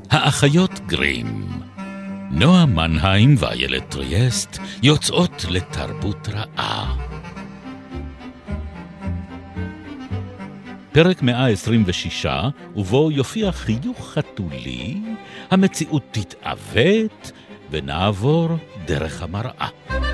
האחיות גרים. נועה מנהיים ואיילת טריאסט יוצאות לתרבות רעה. פרק 126, ובו יופיע חיוך חתולי, המציאות תתעוות, ונעבור דרך המראה.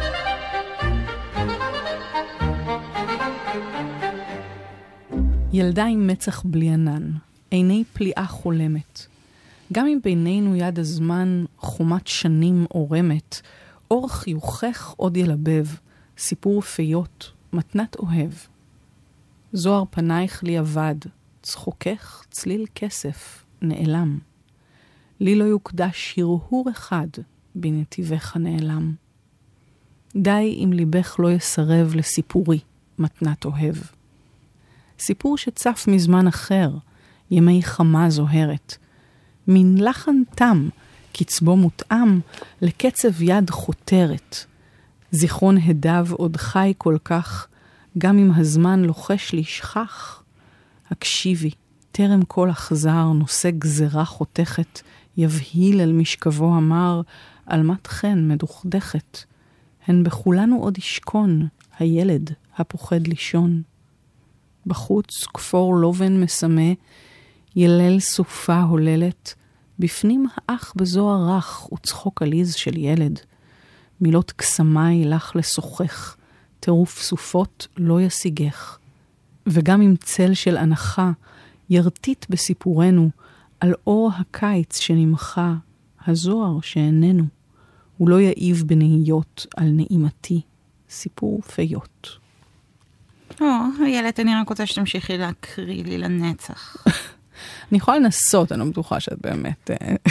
ילדה עם מצח בלי ענן, עיני פליאה חולמת. גם אם בינינו יד הזמן חומת שנים אורמת, אור חיוכך עוד ילבב, סיפור פיות, מתנת אוהב. זוהר פנייך לי עבד, צחוקך צליל כסף, נעלם. לי לא יוקדש הרהור אחד בנתיבך נעלם. די אם ליבך לא יסרב לסיפורי, מתנת אוהב. סיפור שצף מזמן אחר, ימי חמה זוהרת. מן לחן תם, קצבו מותאם, לקצב יד חותרת. זיכרון הדב עוד חי כל כך, גם אם הזמן לוחש לשכח. הקשיבי, טרם כל אכזר, נושא גזרה חותכת, יבהיל על משכבו המר, על מת חן מדוכדכת. הן בכולנו עוד ישכון, הילד הפוחד לישון. בחוץ כפור לובן מסמה, ילל סופה הוללת, בפנים האח בזוהר רך וצחוק עליז של ילד. מילות קסמי לך לשוחך, טירוף סופות לא ישיגך. וגם עם צל של הנחה, ירטית בסיפורנו, על אור הקיץ שנמחה, הזוהר שאיננו. הוא לא יעיב בנהיות על נעימתי, סיפור פיות. איילת, אני רק רוצה שתמשיכי להקריא לי לנצח. אני יכולה לנסות, אני לא בטוחה שאת באמת...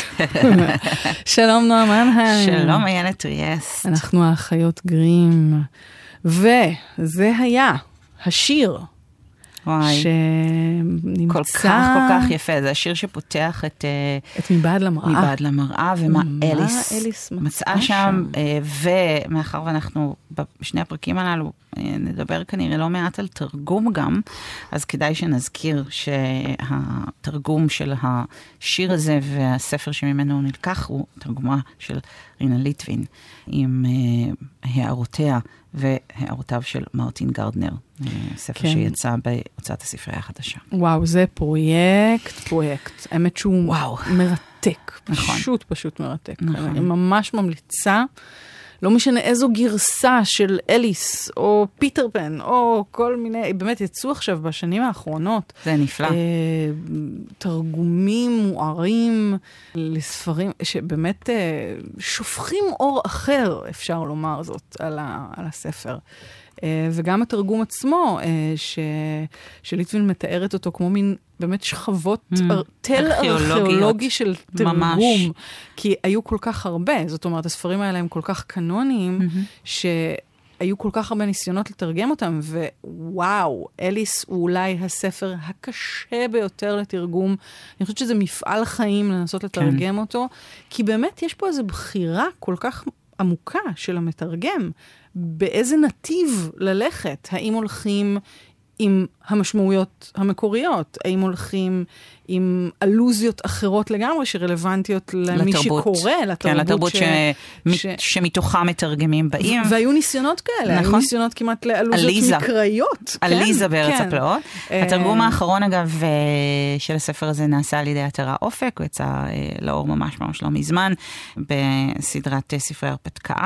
שלום נועה מנהיים. שלום איילת טריאסט. אנחנו האחיות גרים. וזה היה השיר. וואי, שנמצא... כל כך יפה. זה השיר שפותח את מבעד למראה. מבעד למראה, ומה אליס מצאה שם, ומאחר ואנחנו בשני הפרקים הללו נדבר כנראה לא מעט על תרגום גם, אז כדאי שנזכיר שהתרגום של השיר הזה והספר שממנו נלקח הוא תרגומה של רינה ליטווין, עם הערותיה והערותיו של מרטין גרדנר, ספר שיצא בהוצאת הספרייה החדשה. וואו, זה פרויקט. האמת שהוא מרתק. נכון. פשוט מרתק. אני ממש ממליצה, לא משנה איזו גרסה של אליס, או פיטר פן, או כל מיני, באמת יצאו עכשיו בשנים האחרונות. זה נפלא. תרגומים מוארים לספרים, שבאמת שופכים אור אחר, אפשר לומר זאת, על הספר. וגם התרגום עצמו, שליטווין מתארת אותו כמו מין באמת שכבות, תל ארכיאולוגי של תרגום, כי היו כל כך הרבה, זאת אומרת, הספרים האלה הם כל כך קנוניים, שהיו כל כך הרבה ניסיונות לתרגם אותם, ווואו, אליס הוא אולי הספר הקשה ביותר לתרגום, אני חושבת שזה מפעל חיים לנסות לתרגם אותו, כי באמת יש פה איזו בחירה כל כך עמוקה של המתרגם, באיזה נתיב ללכת, האם הולכים עם המשמעויות המקוריות, האם הולכים עם אלוזיות אחרות לגמרי, שרלוונטיות למי שקורא, לתרבות שמתוכה מתרגמים באים. והיו ניסיונות כאלה, היו ניסיונות כמעט לאלוזיות מקראיות. אליזה בארץ הפלאות. התרגום האחרון, אגב, של הספר הזה נעשה על ידי אתר האופק, הוא יצא לאור ממש לא מזמן, בסדרת ספרי הרפתקה,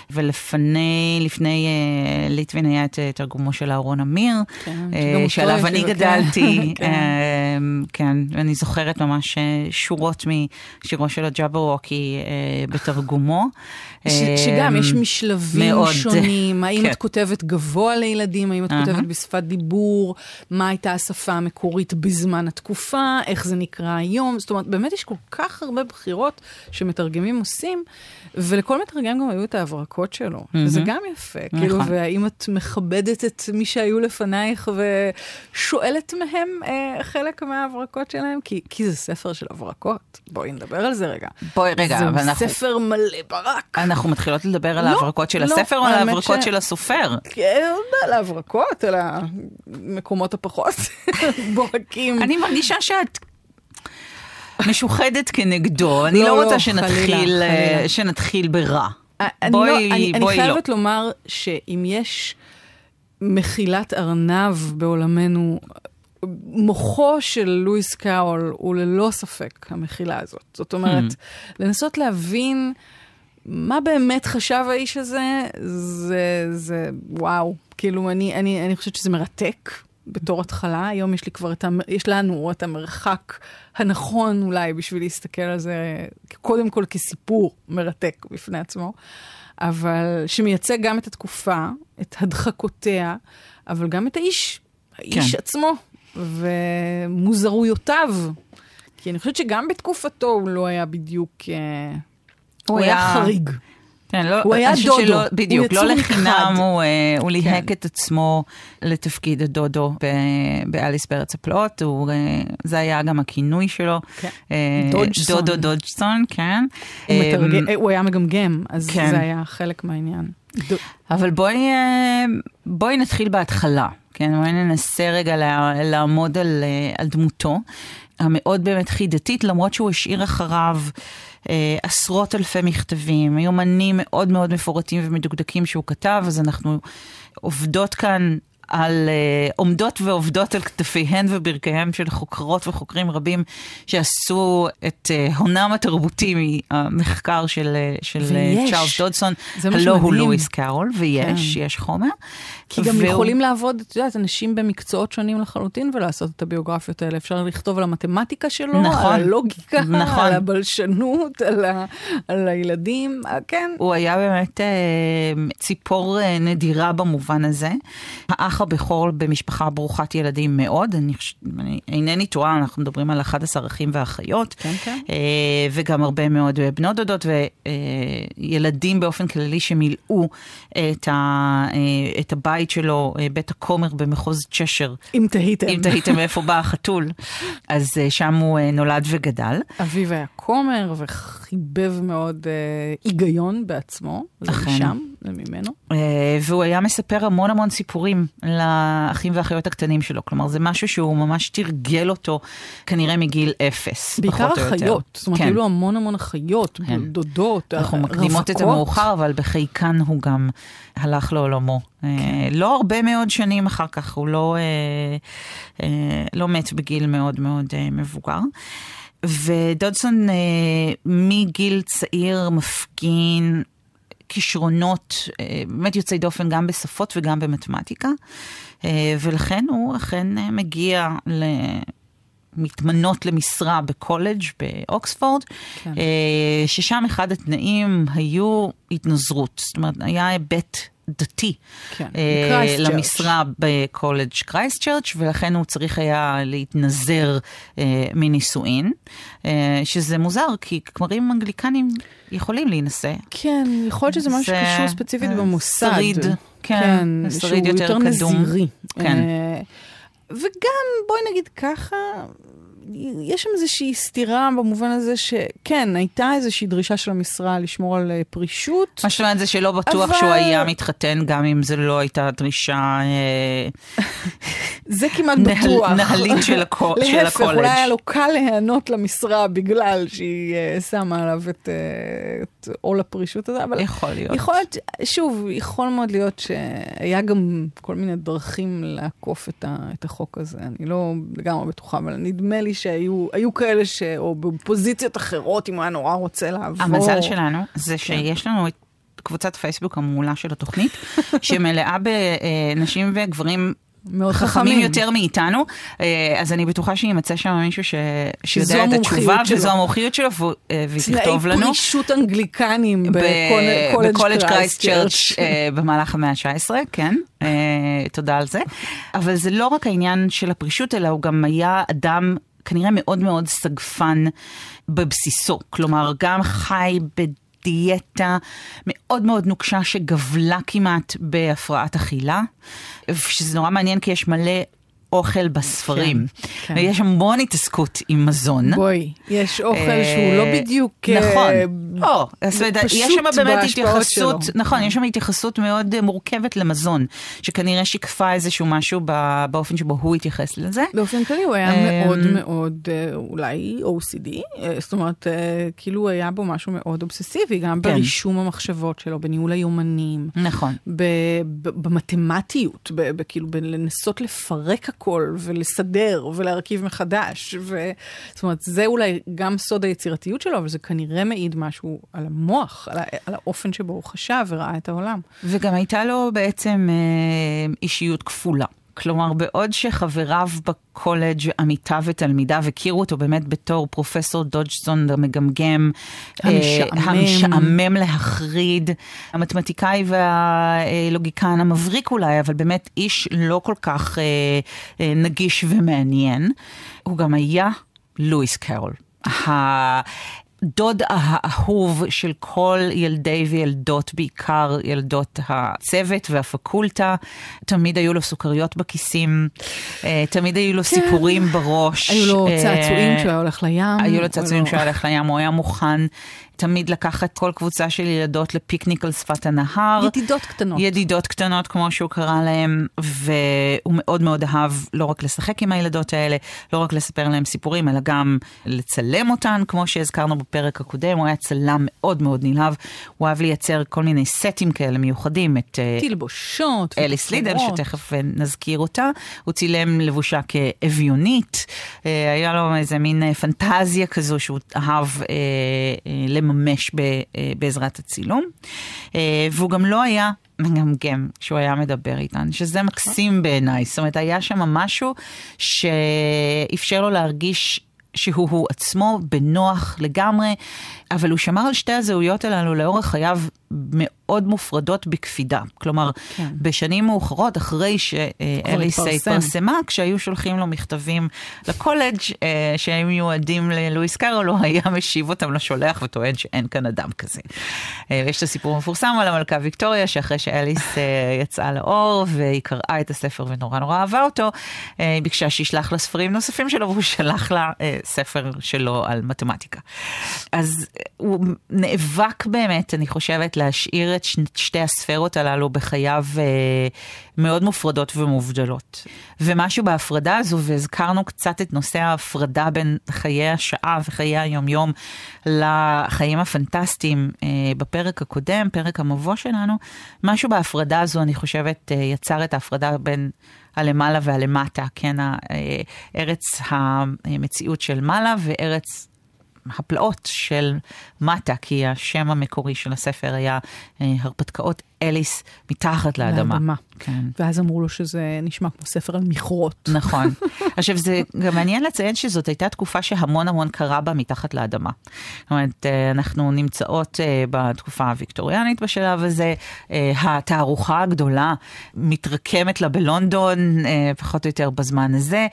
ולפני ליטווין היה את תרגומו של אהרון אמיר, שעליו אני גדלתי, כן, ואני זוכרת ממש שורות משירו של הג'אברוקי בתרגומו. שגם יש משלבים שונים, האם את כותבת גבוה לילדים, האם את כותבת בשפת דיבור, מה הייתה השפה המקורית בזמן התקופה, איך זה נקרא היום, זאת אומרת, באמת יש כל כך הרבה בחירות שמתרגמים עושים, ולכל מתרגם גם היו את ההברקות שלו, וזה גם יפה, כאילו, והאם את מכבדת את מי שהיו לפנייך ושואלת מהם חלק מההברקות שלהם, כי זה ספר של הברקות. בואי נדבר על זה רגע. זה ספר מלא ברק. אנחנו מתחילות לדבר על ההברקות של הספר או על ההברקות של הסופר? על ההברקות, על המקומות הפחות ברקים. אני מרגישה שאת... משוחדת כנגדו. אני לא רוצה שנתחיל ברע. אני חייבת לומר שאם יש מחילת ארנב בעולמנו, מוחו של לואיס קארול הוא ללא ספק המחילה הזאת. זאת אומרת, לנסות להבין מה באמת חשב האיש הזה, זה וואו. כאילו, אני חושבת שזה מרתק בתור התחלה. היום יש לנו את המרחק הנכון אולי בשביל להסתכל על זה, קודם כל כסיפור מרתק בפני עצמו, אבל שמייצג גם את התקופה, את הדחקותיה, אבל גם את האיש עצמו, ומוזרויותיו. כי אני חושבת שגם בתקופתו הוא לא היה בדיוק, הוא היה חריג. כן, הוא היה דודו. בדיוק, לא לחינם הוא ליהק את עצמו לתפקיד הדודו באליס בארץ הפלאות, זה היה גם הכינוי שלו. דודו דודג'סון, כן. הוא היה מגמגם, אז זה היה חלק מהעניין. אבל בואי נתחיל בהתחלה, כן? בואי ננסה רגע לעמוד על דמותו, המאוד באמת חידתית, למרות שהוא השאיר אחריו עשרות אלפי מכתבים, יומנים מאוד מאוד מפורטים ומדוקדקים שהוא כתב, אז אנחנו עובדות כאן עומדות ועובדות על כתפיהן וברכיהם של חוקרות וחוקרים רבים שעשו את הונם התרבותי מהמחקר של צ'ארלס דודסון, הלא הוא לואיס קארול, ויש חומר. כי גם יכולים לעבוד, את יודעת, אנשים במקצועות שונים לחלוטין ולעשות את הביוגרפיות האלה. אפשר לכתוב על המתמטיקה שלו, על הלוגיקה, על הבלשנות, על הילדים, כן. הוא היה באמת ציפור נדירה במובן הזה. האח הבכור במשפחה ברוכת ילדים מאוד, אני אינני טועה, אנחנו מדברים על 11 אחים ואחיות, כן, כן. וגם הרבה מאוד בנות דודות, וילדים באופן כללי שמילאו את הבית שלו, בית הכומר במחוז צ'שר. אם תהיתם איפה בא החתול. אז שם הוא נולד וגדל. אביו היה כומר וחיבב מאוד היגיון בעצמו, זה משם, זה ממנו. והוא היה מספר המון המון סיפורים לאחים ואחיות הקטנים שלו. כלומר, זה משהו שהוא ממש תרגל אותו, כנראה מגיל 0. בעיקר החיות. זאת אומרת, היו לו המון המון החיות, דודות, אנחנו מקדימות את המאוחר, אבל בחיקן הוא גם הלך לעולמו. לא הרבה מאוד שנים אחר כך, הוא לא מת בגיל מאוד מאוד מבוגר. ודודסון מגיל צעיר מפגין כישרונות, באמת יוצאי דופן גם בשפות וגם במתמטיקה, ולכן הוא אכן מגיע מתמנות למשרה בקולג' באוקספורד, כן. ששם אחד התנאים היו התנזרות, זאת אומרת, היה היבט דתי כן. למשרה בקולג' קרייסטצ'רץ', ולכן הוא צריך היה להתנזר מנישואין, שזה מוזר, כי כמרים אנגליקנים יכולים להינשא. כן, יכול להיות שזה משהו שקשור ספציפית במוסד. שריד, כן, שריד יותר קדום. נזירי. כן. וגם, בואי נגיד ככה, יש שם איזושהי סתירה במובן הזה שכן, הייתה איזושהי דרישה של המשרה לשמור על פרישות. מה שאומרת זה שלא בטוח שהוא היה מתחתן, גם אם זה לא הייתה דרישה זה כמעט בטוח. נהלית של הקולג'. להפך, אולי היה לו קל להיענות למשרה בגלל שהיא שמה עליו את עול הפרישות הזה. אבל יכול להיות. שוב, יכול מאוד להיות שהיה גם כל מיני דרכים לעקוף את החוק הזה. אני לא לגמרי בטוחה, אבל נדמה לי שהיו כאלה או בפוזיציות אחרות, אם הוא היה נורא רוצה לעבור. המזל שלנו זה שיש לנו את קבוצת פייסבוק המעולה של התוכנית, שמלאה בנשים וגברים חכמים יותר מאיתנו, אז אני בטוחה שימצא שם מישהו שיודע את התשובה, וזו המומחיות שלו, ויכתוב לנו. תנאי פרישות אנגליקנים בקולג' קרייסטצ'רץ' במהלך המאה ה-19, כן, תודה על זה. אבל זה לא רק העניין של הפרישות, אלא הוא גם היה אדם כנראה מאוד מאוד סגפן בבסיסו, כלומר גם חי דיאטה מאוד מאוד נוקשה שגבלה כמעט בהפרעת אכילה, שזה נורא מעניין כי יש מלא אוכל בספרים. ויש המון התעסקות עם מזון. בואי, יש אוכל שהוא לא בדיוק נכון. פשוט יש שם באמת בהשפעות שלו. נכון, יש שם התייחסות מאוד מורכבת למזון, שכנראה שיקפה איזשהו משהו באופן שבו הוא התייחס לזה. באופן כללי הוא היה מאוד מאוד, אולי OCD, זאת אומרת, כאילו היה בו משהו מאוד אובססיבי, גם ברישום המחשבות שלו, בניהול היומנים. נכון. במתמטיות, כאילו בלנסות לפרק הכל ולסדר ולהרכיב מחדש. זאת אומרת, זה אולי גם סוד היצירתיות שלו, אבל זה כנראה מעיד משהו על המוח, על האופן שבו הוא חשב וראה את העולם. וגם הייתה לו בעצם אישיות כפולה. כלומר, בעוד שחבריו בקולג' עמיתיו ותלמידיו הכירו אותו באמת בתור פרופסור דודג'סון המגמגם, המשעמם להחריד, המתמטיקאי והלוגיקן המבריק אולי, אבל באמת איש לא כל כך נגיש ומעניין. הוא גם היה לואיס קרול. דוד האהוב של כל ילדי וילדות, בעיקר ילדות הצוות והפקולטה. תמיד היו לו סוכריות בכיסים, תמיד היו לו סיפורים בראש. היו לו צעצועים כשהוא הולך לים. היו לו צעצועים כשהוא הולך לים, הוא היה מוכן תמיד לקחת כל קבוצה של ילדות לפיקניק על שפת הנהר. ידידות קטנות. ידידות קטנות, כמו שהוא קרא להם, והוא מאוד מאוד אהב לא רק לשחק עם הילדות האלה, לא רק לספר להם סיפורים, אלא גם לצלם אותן, כמו שהזכרנו בפרק הקודם. הוא היה צלם מאוד מאוד נלהב, הוא אהב לייצר כל מיני סטים כאלה מיוחדים, את תלבושות, אליס לידל, שתכף נזכיר אותה. הוא צילם לבושה כאביונית, היה לו איזה מין פנטזיה כזו שהוא אהב לממש בעזרת הצילום. והוא גם לא היה מגמגם כשהוא היה מדבר איתן, שזה מקסים בעיניי. זאת אומרת, היה שם משהו שאפשר לו להרגיש שהוא עצמו בנוח לגמרי, אבל הוא שמר על שתי הזהויות הללו לאורך חייו מאוד מופרדות בקפידה. כלומר, בשנים מאוחרות, אחרי שאליס התפרסמה, כשהיו שולחים לו מכתבים לקולג' שהם מיועדים ללואיס קרול, הוא היה משיב אותם לשולח וטוען שאין כאן אדם כזה. ויש את הסיפור המפורסם על המלכה ויקטוריה, שאחרי שאליס יצאה לאור, והיא קראה את הספר ונורא נורא אהבה אותו, ביקשה שישלח לה ספרים נוספים שלו, והוא שלח לה ספר שלו על מתמטיקה. אז הוא נאבק באמת, אני חושבת, להשאיר את שתי הספרות הללו בחייו מאוד מופרדות ומובדלות. ומשהו בהפרדה הזו, והזכרנו קצת את נושא ההפרדה בין חיי השעה וחיי היומיום לחיים הפנטסטיים בפרק הקודם, פרק המבוא שלנו. משהו בהפרדה הזו, אני חושבת, יצר את ההפרדה בין הלמעלה והלמטה, כן, ארץ המציאות של מעלה וארץ הפלאות של מטה, כי השם המקורי של הספר היה הרפתקאות אליס מתחת לאדמה. כן. ואז אמרו לו שזה נשמע כמו ספר על מכרות. נכון. עכשיו, זה גם מעניין לציין שזאת הייתה תקופה שהמון המון קרה בה מתחת לאדמה. זאת אומרת, אנחנו נמצאות בתקופה הוויקטוריאנית בשלב הזה, התערוכה הגדולה מתרקמת לה בלונדון, פחות או יותר בזמן הזה,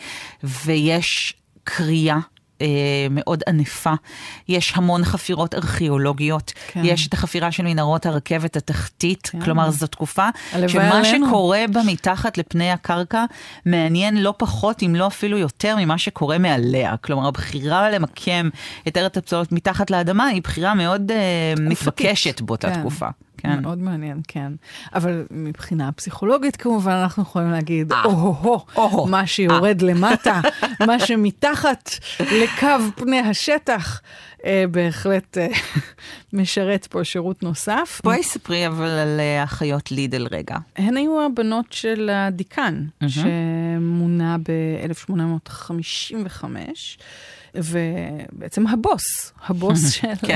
ויש קריאה מאוד ענפה. יש המון חפירות ארכיאולוגיות. כן. יש את החפירה של מנהרות הרכבת התחתית. כן. כלומר, זו תקופה שמה שקורה בה מתחת לפני הקרקע מעניין לא פחות, אם לא אפילו יותר, ממה שקורה מעליה. כלומר, הבחירה למקם את ארץ הפצועות מתחת לאדמה היא בחירה מאוד מתבקשת באותה תקופה. כן. מאוד מעניין, כן. אבל מבחינה פסיכולוגית, כמובן, אנחנו יכולים להגיד, מה שיורד למטה, מה שמתחת לקו פני השטח, בהחלט משרת פה שירות נוסף. בואי ספרי אבל על אחיות לידל רגע. הן היו הבנות של הדיקן, שמונה ב-1855, ובעצם הבוס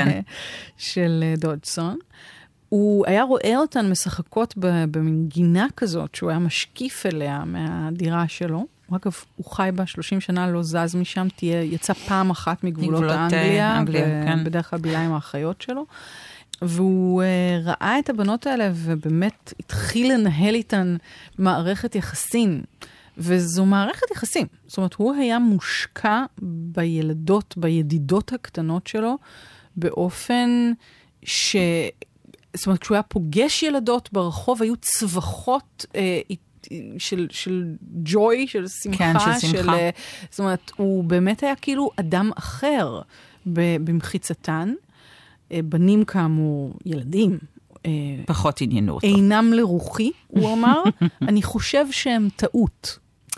של דודג'סון. הוא היה רואה אותן משחקות במנגינה כזאת, שהוא היה משקיף אליה מהדירה שלו. אגב, הוא חי בה 30 שנה, לא זז משם, יצא פעם אחת מגבולות האנגליה, ובדרך כלל בילה עם האחיות שלו. והוא ראה את הבנות האלה, ובאמת התחיל לנהל איתן מערכת יחסים. וזו מערכת יחסים. זאת אומרת, הוא היה מושקע בילדות, בידידות הקטנות שלו, באופן זאת אומרת, כשהוא היה פוגש ילדות ברחוב, היו צווחות של ג'וי, של שמחה. כן, של שמחה. זאת אומרת, הוא באמת היה כאילו אדם אחר במחיצתן. בנים כאמור, ילדים. פחות עניינו אותו. אינם לרוחי, הוא אמר. אני חושב שהם טעות.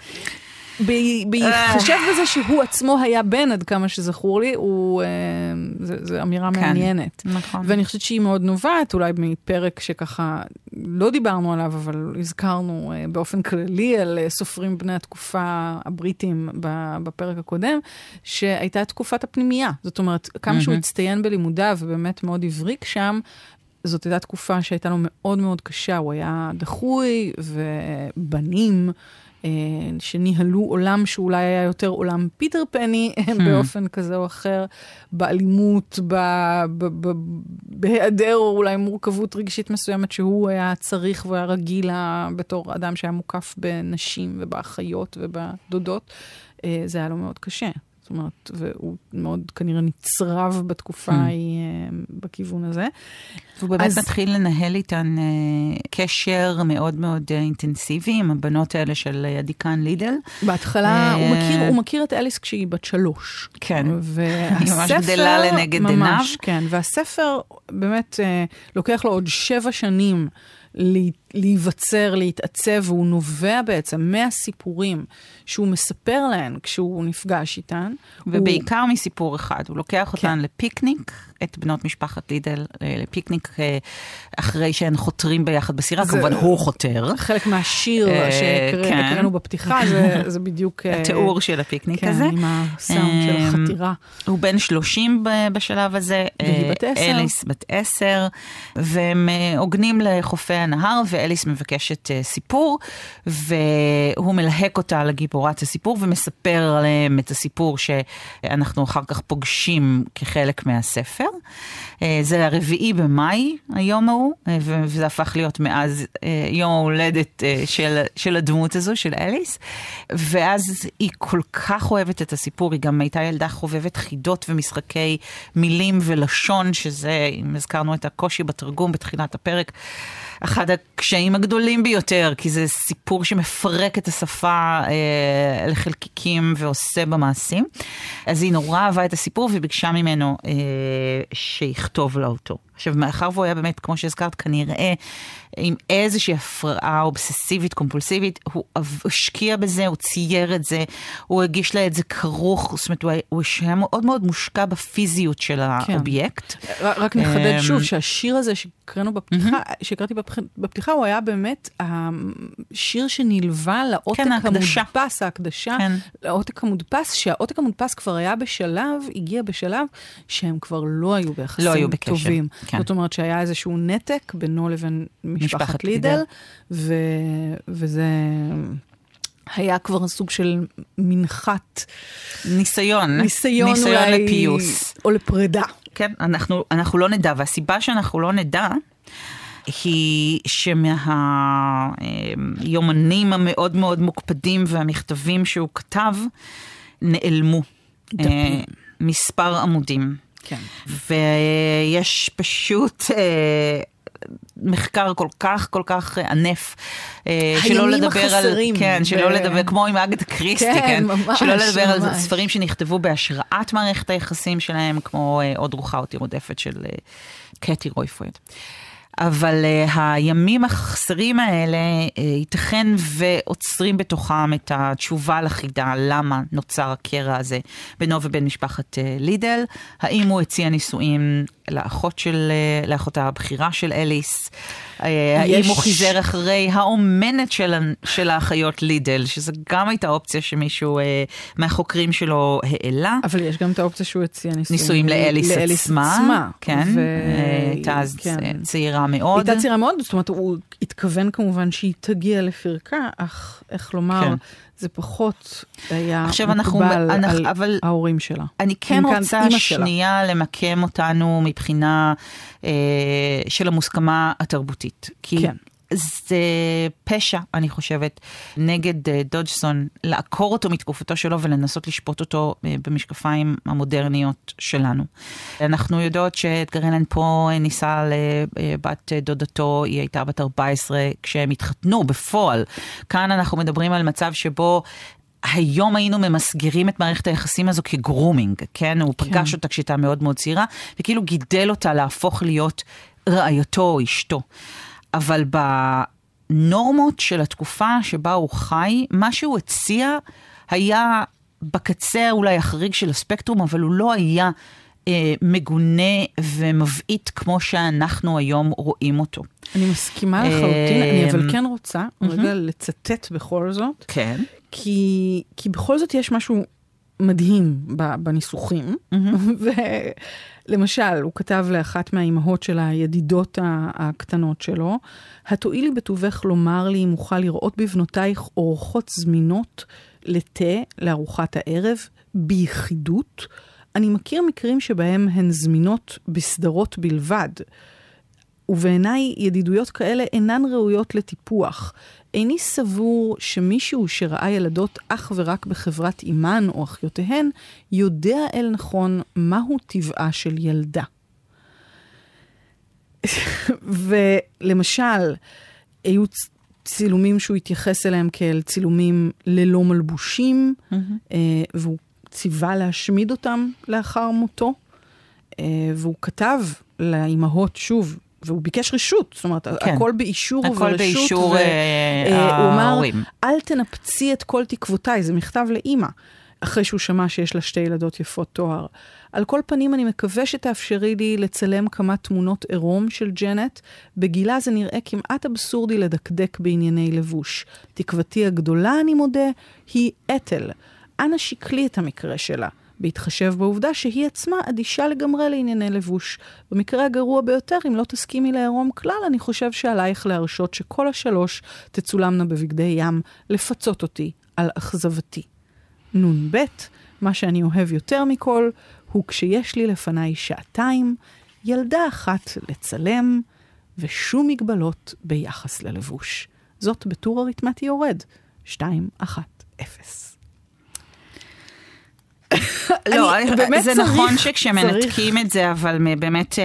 בהתחשב בזה שהוא עצמו היה בן, עד כמה שזכור לי, זו אמירה מעניינת. נכון. ואני חושבת שהיא מאוד נובעת, אולי מפרק שככה לא דיברנו עליו, אבל הזכרנו באופן כללי על סופרים בני התקופה הבריטים בפרק הקודם, שהייתה תקופת הפנימייה. זאת אומרת, כמה שהוא הצטיין בלימודיו, ובאמת מאוד הבריק שם, זאת הייתה תקופה שהייתה לו מאוד מאוד קשה. הוא היה דחוי ובנים, שניהלו עולם שאולי היה יותר עולם פיטר פני, באופן כזה או אחר, באלימות, בהיעדר או אולי מורכבות רגשית מסוימת שהוא היה צריך והיה רגיל בתור אדם שהיה מוקף בנשים ובאחיות ובדודות. זה היה לו מאוד קשה. זאת אומרת, והוא מאוד כנראה נצרב בתקופה ההיא בכיוון הזה. הוא באמת מתחיל לנהל איתן קשר מאוד מאוד אינטנסיבי עם הבנות האלה של הדיקן לידל. בהתחלה הוא מכיר את אליס כשהיא בת 3. כן, היא ממש גדלה לנגד עיניו. ממש, כן, והספר באמת לוקח לו עוד 7 שנים להיווצר, להתעצב, והוא נובע בעצם מהסיפורים שהוא מספר להן כשהוא נפגש איתן. ובעיקר מסיפור אחד, הוא לוקח אותן לפיקניק, את בנות משפחת לידל, לפיקניק אחרי שהן חותרים ביחד בסירה, כמובן הוא חותר. חלק מהשיר שקראנו בפתיחה, זה בדיוק התיאור של הפיקניק הזה. כן, עם הסאונד של החתירה. הוא בן 30 בשלב הזה. והיא בת 10. אליס בת 10, והם עוגנים לחופי הנהר, ואליס מבקשת סיפור, והוא מלהק אותה לגיבורת הסיפור, ומספר עליהם את הסיפור שאנחנו אחר כך פוגשים כחלק מהספר. זה 4 במאי, היום ההוא, וזה הפך להיות מאז יום ההולדת של הדמות הזו, של אליס. ואז היא כל כך אוהבת את הסיפור, היא גם הייתה ילדה חובבת חידות ומשחקי מילים ולשון, שזה, אם הזכרנו את הקושי בתרגום בתחילת הפרק, אחד הקשיים הגדולים ביותר, כי זה סיפור שמפרק את השפה לחלקיקים ועושה במעשים. אז היא נורא אהבה את הסיפור וביקשה ממנו שיכתוב לה אותו. עכשיו, מאחר והוא היה באמת, כמו שהזכרת, כנראה עם איזושהי הפרעה אובססיבית, קומפולסיבית, הוא השקיע בזה, הוא צייר את זה, הוא הגיש לה את זה כרוך, זאת אומרת, הוא היה מאוד מאוד מושקע בפיזיות של האובייקט. רק נחדד שוב שהשיר הזה שקראתי בפתיחה, הוא היה באמת השיר שנלווה לעותק המודפס, ההקדשה, לעותק המודפס, שהעותק המודפס כבר היה הגיע בשלב שהם כבר לא היו ביחסים טובים. זאת אומרת שהיה איזשהו נתק בינו לבין משפחת לידל, וזה היה כבר סוג של מנחת ניסיון לפיוס. או לפרידה. כן, אנחנו לא נדע, והסיבה שאנחנו לא נדע, היא שמהיומנים המאוד מאוד מוקפדים והמכתבים שהוא כתב, נעלמו מספר עמודים. כן. ויש פשוט מחקר כל כך ענף, שלא לדבר על, כן, שלא לדבר, כמו עם אגת קריסטי, כן, שלא לדבר על ספרים שנכתבו בהשראת מערכת היחסים שלהם, כמו עוד רוחה אותי רודפת של קטי רויפורד. אבל הימים החסרים האלה ייתכן ועוצרים בתוכם את התשובה לחידה למה נוצר הקרע הזה בינו ובין משפחת לידל. האם הוא הציע נישואים לאחותה הבחירה של אליס? האם הוא חיזר אחרי האומנת של האחיות לידל, שזה גם הייתה אופציה שמישהו מהחוקרים שלו העלה. אבל יש גם את האופציה שהוא הציע נישואים לאליס עצמה. כן, הייתה אז צעירה מאוד. הייתה צעירה מאוד, זאת אומרת, הוא התכוון כמובן שהיא תגיע לפרקה, אך איך לומר, זה פחות היה מקובל על ההורים שלה. אני כן רוצה שנייה למקם אותנו מבחינה של המוסכמה התרבותית. כי זה פשע, אני חושבת, נגד דודג'סון, לעקור אותו מתקופתו שלו ולנסות לשפוט אותו במשקפיים המודרניות שלנו. אנחנו יודעות שאדגר אלן פה ניסה לבת דודתו, היא הייתה בת 14 כשהם התחתנו בפועל. כאן אנחנו מדברים על מצב שבו היום היינו ממסגרים את מערכת היחסים הזו כגרומינג, כן? הוא פגש אותה כשהייתה מאוד מאוד צעירה, וכאילו גידל אותה להפוך להיות רעייתו או אשתו. אבל בנורמות של התקופה שבה הוא חי, מה שהוא הציע היה בקצה אולי החריג של הספקטרום, אבל הוא לא היה מגונה ומבעית כמו שאנחנו היום רואים אותו. אני מסכימה לחלוטין, אני אבל כן רוצה רגע לצטט בכל זאת. כן. כי בכל זאת יש משהו מדהים בניסוחים, ולמשל, הוא כתב לאחת מהאימהות של הידידות הקטנות שלו, התואילי בטובך לומר לי אם אוכל לראות בבנותייך אורחות זמינות לתה לארוחת הערב, ביחידות. אני מכיר מקרים שבהם הן זמינות בסדרות בלבד, ובעיניי ידידויות כאלה אינן ראויות לטיפוח. איני סבור שמישהו שראה ילדות אך ורק בחברת אימן או אחיותיהן, יודע אל נכון מהו טבעה של ילדה. ולמשל, היו צילומים שהוא התייחס אליהם כאל צילומים ללא מלבושים, והוא ציווה להשמיד אותם לאחר מותו, והוא כתב לאימהות שוב, והוא ביקש רשות, זאת אומרת, הכל באישור ורשות. הכל באישור הוא אמר, אל תנפצי את כל תקוותיי, זה מכתב לאימא, אחרי שהוא שמע שיש לה 2 ילדות יפות תואר. על כל פנים אני מקווה שתאפשרי לי לצלם כמה תמונות עירום של ג'נט, בגילה זה נראה כמעט אבסורדי לדקדק בענייני לבוש. תקוותי הגדולה, אני מודה, היא אתל. אנא שקלי את המקרה שלה. בהתחשב בעובדה שהיא עצמה אדישה לגמרי לענייני לבוש. במקרה הגרוע ביותר, אם לא תסכימי לעירום כלל, אני חושב שעלייך להרשות שכל 3 תצולמנה בבגדי ים, לפצות אותי על אכזבתי. נון ב', מה שאני אוהב יותר מכל, הוא כשיש לי לפניי 2 ילדה אחת לצלם, ושום מגבלות ביחס ללבוש. זאת בטור אריתמטי יורד, 2, 1, 0. לא, זה נכון שכשמנתקים את זה, אבל באמת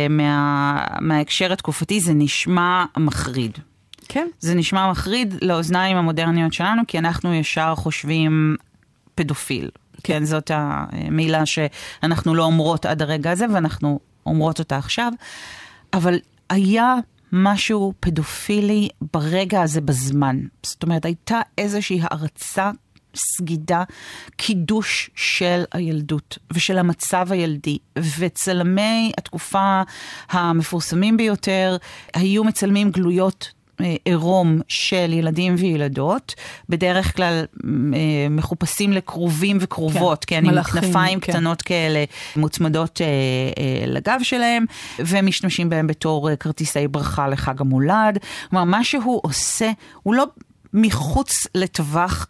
מההקשר התקופתי זה נשמע מחריד. כן. זה נשמע מחריד לאוזניים המודרניות שלנו, כי אנחנו ישר חושבים פדופיל. כן, זאת המילה שאנחנו לא אומרות עד הרגע הזה, ואנחנו אומרות אותה עכשיו. אבל היה משהו פדופילי ברגע הזה בזמן. זאת אומרת, הייתה איזושהי הערצה סגידה, קידוש של הילדות ושל המצב הילדי, וצלמי התקופה המפורסמים ביותר היו מצלמים גלויות עירום של ילדים וילדות, בדרך כלל מחופשים לקרובים וקרובות, כן, עם כנפיים קטנות כאלה מוצמדות לגב שלהם, ומשתמשים בהם בתור כרטיסי ברכה לחג המולד. כלומר, מה שהוא עושה, הוא לא מחוץ לטווח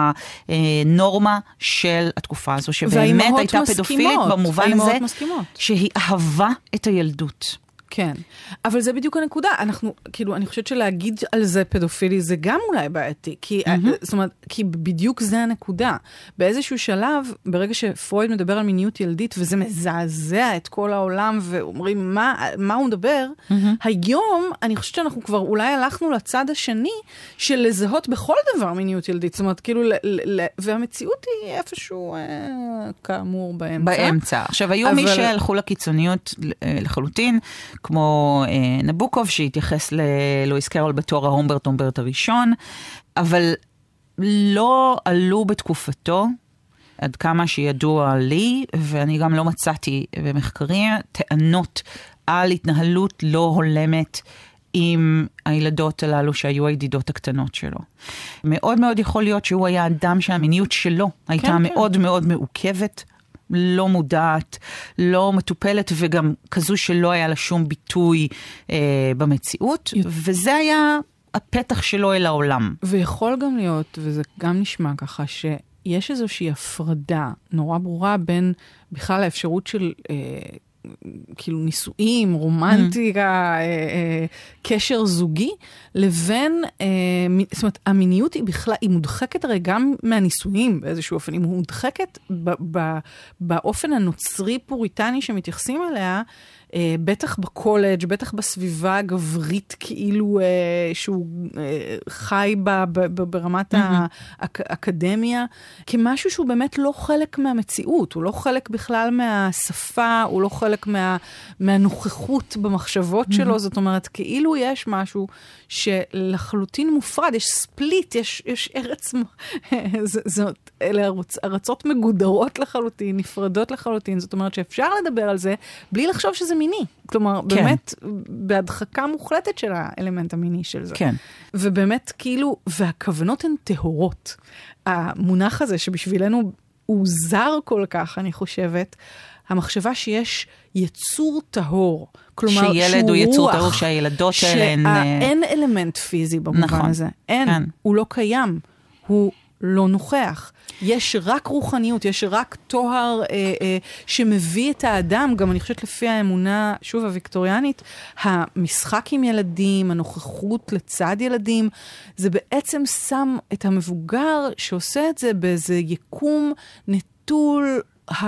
הנורמה של התקופה הזו, שבאמת הייתה פדופילית במובן הזה, שהיא אהבה את הילדות. כן, אבל זה בדיוק הנקודה. אנחנו, כאילו, אני חושבת שלהגיד על זה פדופילי, זה גם אולי בעייתי, זאת אומרת, כי בדיוק זה הנקודה. באיזשהו שלב, ברגע שפרויד מדבר על מיניות ילדית, וזה מזעזע את כל העולם, ואומרים מה הוא מדבר, היום, אני חושבת שאנחנו כבר אולי הלכנו לצד השני, של לזהות בכל דבר מיניות ילדית, זאת אומרת, כאילו, והמציאות היא איפשהו, כאמור, באמצע. עכשיו, היו מי שהלכו לקיצוניות לחלוטין, כמו נבוקוב, שהתייחס ללואיס קרול בתור ההומברט הראשון, אבל לא עלו בתקופתו, עד כמה שידוע לי, ואני גם לא מצאתי במחקרים, טענות על התנהלות לא הולמת עם הילדות הללו שהיו הידידות הקטנות שלו. מאוד מאוד יכול להיות שהוא היה אדם שהמיניות שלו הייתה מאוד מאוד מעוכבת, לא מודעת, לא מטופלת, וגם כזו שלא היה לה שום ביטוי במציאות, וזה היה הפתח שלו אל העולם. ויכול גם להיות, וזה גם נשמע ככה, שיש איזושהי הפרדה נורא ברורה בין בכלל האפשרות של כאילו נישואים, רומנטיקה, קשר זוגי, לבין, זאת אומרת, המיניות היא בכלל, היא מודחקת הרי גם מהנישואים באיזשהו אופן, היא מודחקת באופן הנוצרי פוריטני שמתייחסים אליה, בטח בקולג', בטח בסביבה הגברית, כאילו שהוא חי ברמת האקדמיה, כמשהו שהוא באמת לא חלק מהמציאות, הוא לא חלק בכלל מהשפה, הוא לא חלק מהנוכחות במחשבות שלו, זאת אומרת, כאילו יש משהו שלחלוטין מופרד, יש ספליט, יש ארץ, אלה ארצות מגודרות לחלוטין, נפרדות לחלוטין, זאת אומרת שאפשר לדבר על זה, בלי לחשוב שזה מיני. כלומר, באמת, בהדחקה מוחלטת של האלמנט המיני של זה. כן. ובאמת, כאילו, והכוונות הן טהורות. המונח הזה שבשבילנו הוא זר כל כך, אני חושבת, המחשבה שיש יצור טהור. כלומר, שילד הוא יצור טהור, שהילדות שלהן... שאין אלמנט פיזי במובן הזה. אין, הוא לא קיים. הוא לא נוכח. יש רק רוחניות, יש רק תואר שמביא את האדם, גם אני חושבת לפי האמונה, שוב הוויקטוריאנית, המשחק עם ילדים, הנוכחות לצד ילדים, זה בעצם שם את המבוגר שעושה את זה באיזה יקום נטול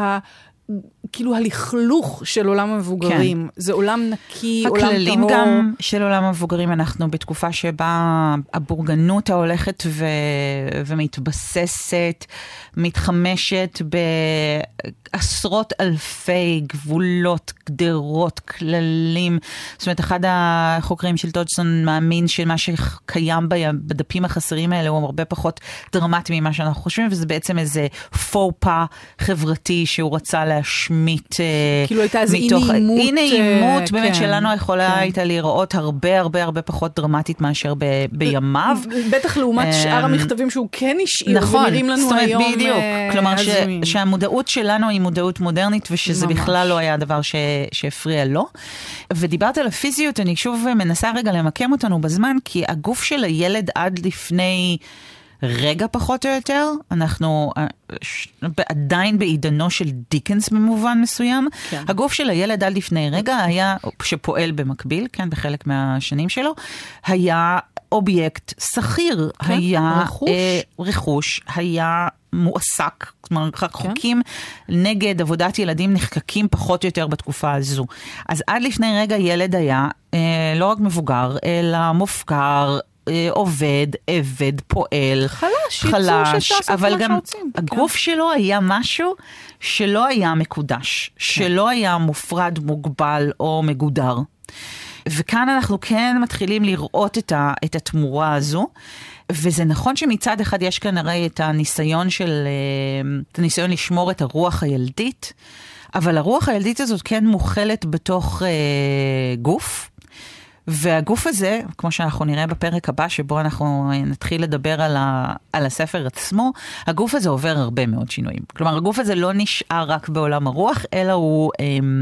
כאילו הלכלוך של עולם המבוגרים. כן. זה עולם נקי, עולם טהור. הכללים גם של עולם המבוגרים, אנחנו בתקופה שבה הבורגנות ההולכת ומתבססת, מתחמשת בעשרות אלפי גבולות, גדרות, כללים. זאת אומרת, אחד החוקרים של דודסון מאמין שמה שקיים בדפים החסרים האלה הוא הרבה פחות דרמטי ממה שאנחנו חושבים, וזה בעצם איזה פופה חברתי שהוא רצה להשמיט כאילו הייתה איזו אי נעימות באמת שלנו יכולה הייתה להיראות הרבה פחות דרמטית מאשר בימיו. בטח לעומת שאר המכתבים שהוא כן השאיר ונראים לנו היום הזויים. בדיוק, כלומר שהמודעות שלנו היא מודעות מודרנית ושזה בכלל לא היה דבר שהפריע לו. ודיברת על הפיזיות, אני שוב מנסה רגע למקם אותנו בזמן, כי הגוף של הילד עד לפני רגע פחות או יותר, אנחנו עדיין בעידנו של דיקנס במובן מסוים. כן. הגוף של הילד עד לפני רגע היה, שפועל במקביל, כן, בחלק מהשנים שלו, היה אובייקט שכיר, כן, היה רכוש, היה מועסק, זאת אומרת, חוקים נגד עבודת ילדים נחקקים פחות או יותר בתקופה הזו. אז עד לפני רגע ילד היה לא רק מבוגר, אלא מופקר, עובד, עבד, פועל, חלש, אבל גם הגוף שלו היה משהו שלא היה מקודש, שלא היה מופרד, מוגבל או מגודר. וכאן אנחנו כן מתחילים לראות את התמורה הזו, וזה נכון שמצד אחד יש כאן הרי את הניסיון לשמור את הרוח הילדית, אבל הרוח הילדית הזאת כן מוכלת בתוך גוף, והגוף הזה, כמו שאנחנו נראה בפרק הבא, שבו אנחנו נתחיל לדבר על הספר עצמו, הגוף הזה עובר הרבה מאוד שינויים. כלומר, הגוף הזה לא נשאר רק בעולם הרוח, אלא הוא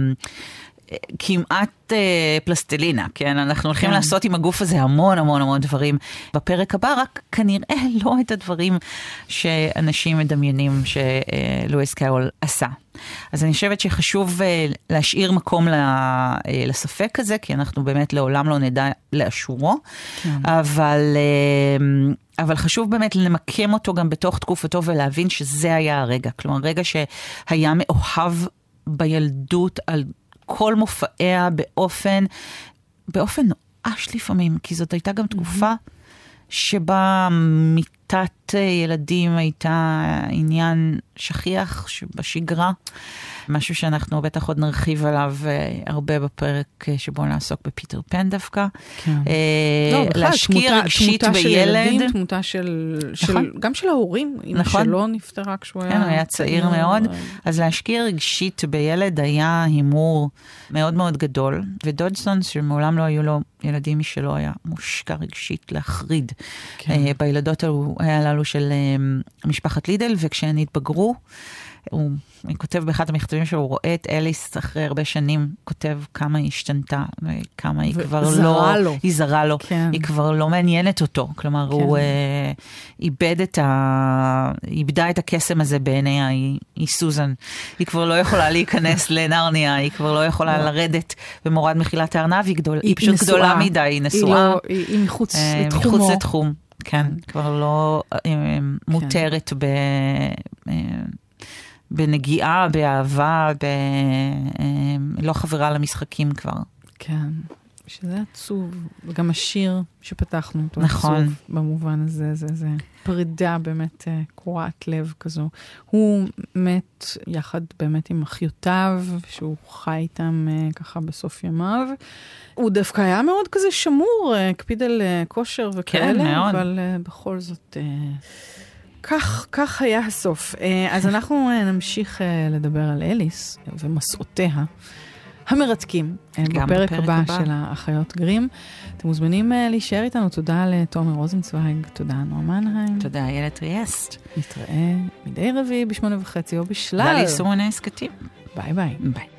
כמעט פלסטלינה, כן? אנחנו הולכים לעשות עם הגוף הזה המון דברים בפרק הבא, רק כנראה לא את הדברים שאנשים מדמיינים שלואיס קארול עשה. אז אני חושבת שחשוב להשאיר מקום לספק הזה, כי אנחנו באמת לעולם לא נדע לאשורו, אבל חשוב באמת למקם אותו גם בתוך תקופתו ולהבין שזה היה הרגע. כלומר, רגע שהיה מאוהב בילדות על כל מופעיה באופן נואש לפעמים, כי זאת הייתה גם תקופה שבה מיטת ילדים הייתה עניין שכיח בשגרה, משהו שאנחנו בטח עוד נרחיב עליו הרבה בפרק שבו נעסוק בפיטר פן דווקא. להשקיע רגשית בילד. תמותה גם של ההורים, אמא שלו נפטרה כשהוא היה... כן, הוא היה צעיר מאוד. אז להשקיע רגשית בילד היה הימור מאוד מאוד גדול, ודודסון שמעולם לא היו לו ילדים משלו היה מושקע רגשית להחריד בילדות הללו של משפחת לידל, וכשהן התבגרו, הוא כותב באחד המכתבים שהוא רואה את אליס אחרי הרבה שנים, כותב כמה היא השתנתה, וכמה היא כבר לא... היא זרה לו. כן. היא כבר לא מעניינת אותו. כלומר, כן. הוא איבדה את הקסם הזה בעיניה, היא סוזן. היא כבר לא יכולה להיכנס לנרניה, היא כבר לא יכולה לרדת במורד מחילת הארנב, היא פשוט גדולה מדי, היא נשואה. היא מחוץ לתחום. כן, כבר לא מותרת בנגיעה, באהבה, לא חברה למשחקים כבר. כן, שזה עצוב. וגם השיר שפתחנו אותו. נכון. עצוב במובן הזה, זה פרידה באמת קורעת לב כזו. הוא מת יחד באמת עם אחיותיו, שהוא חי איתם ככה בסוף ימיו. הוא דווקא היה מאוד כזה שמור, הקפיד על כושר וכאלה, כן, מאוד. אבל בכל זאת... כך היה הסוף. אז אנחנו נמשיך לדבר על אליס ומסעותיה המרתקים בפרק הבא של האחיות גרים. אתם מוזמנים להישאר איתנו. תודה לתומר רוזנצוויג, תודה נועה מנהיים. תודה איילת ריאסט. נתראה מדי רביעי ב8:30 או בשלל. דלי סורנה הסקטים. ביי ביי. ביי.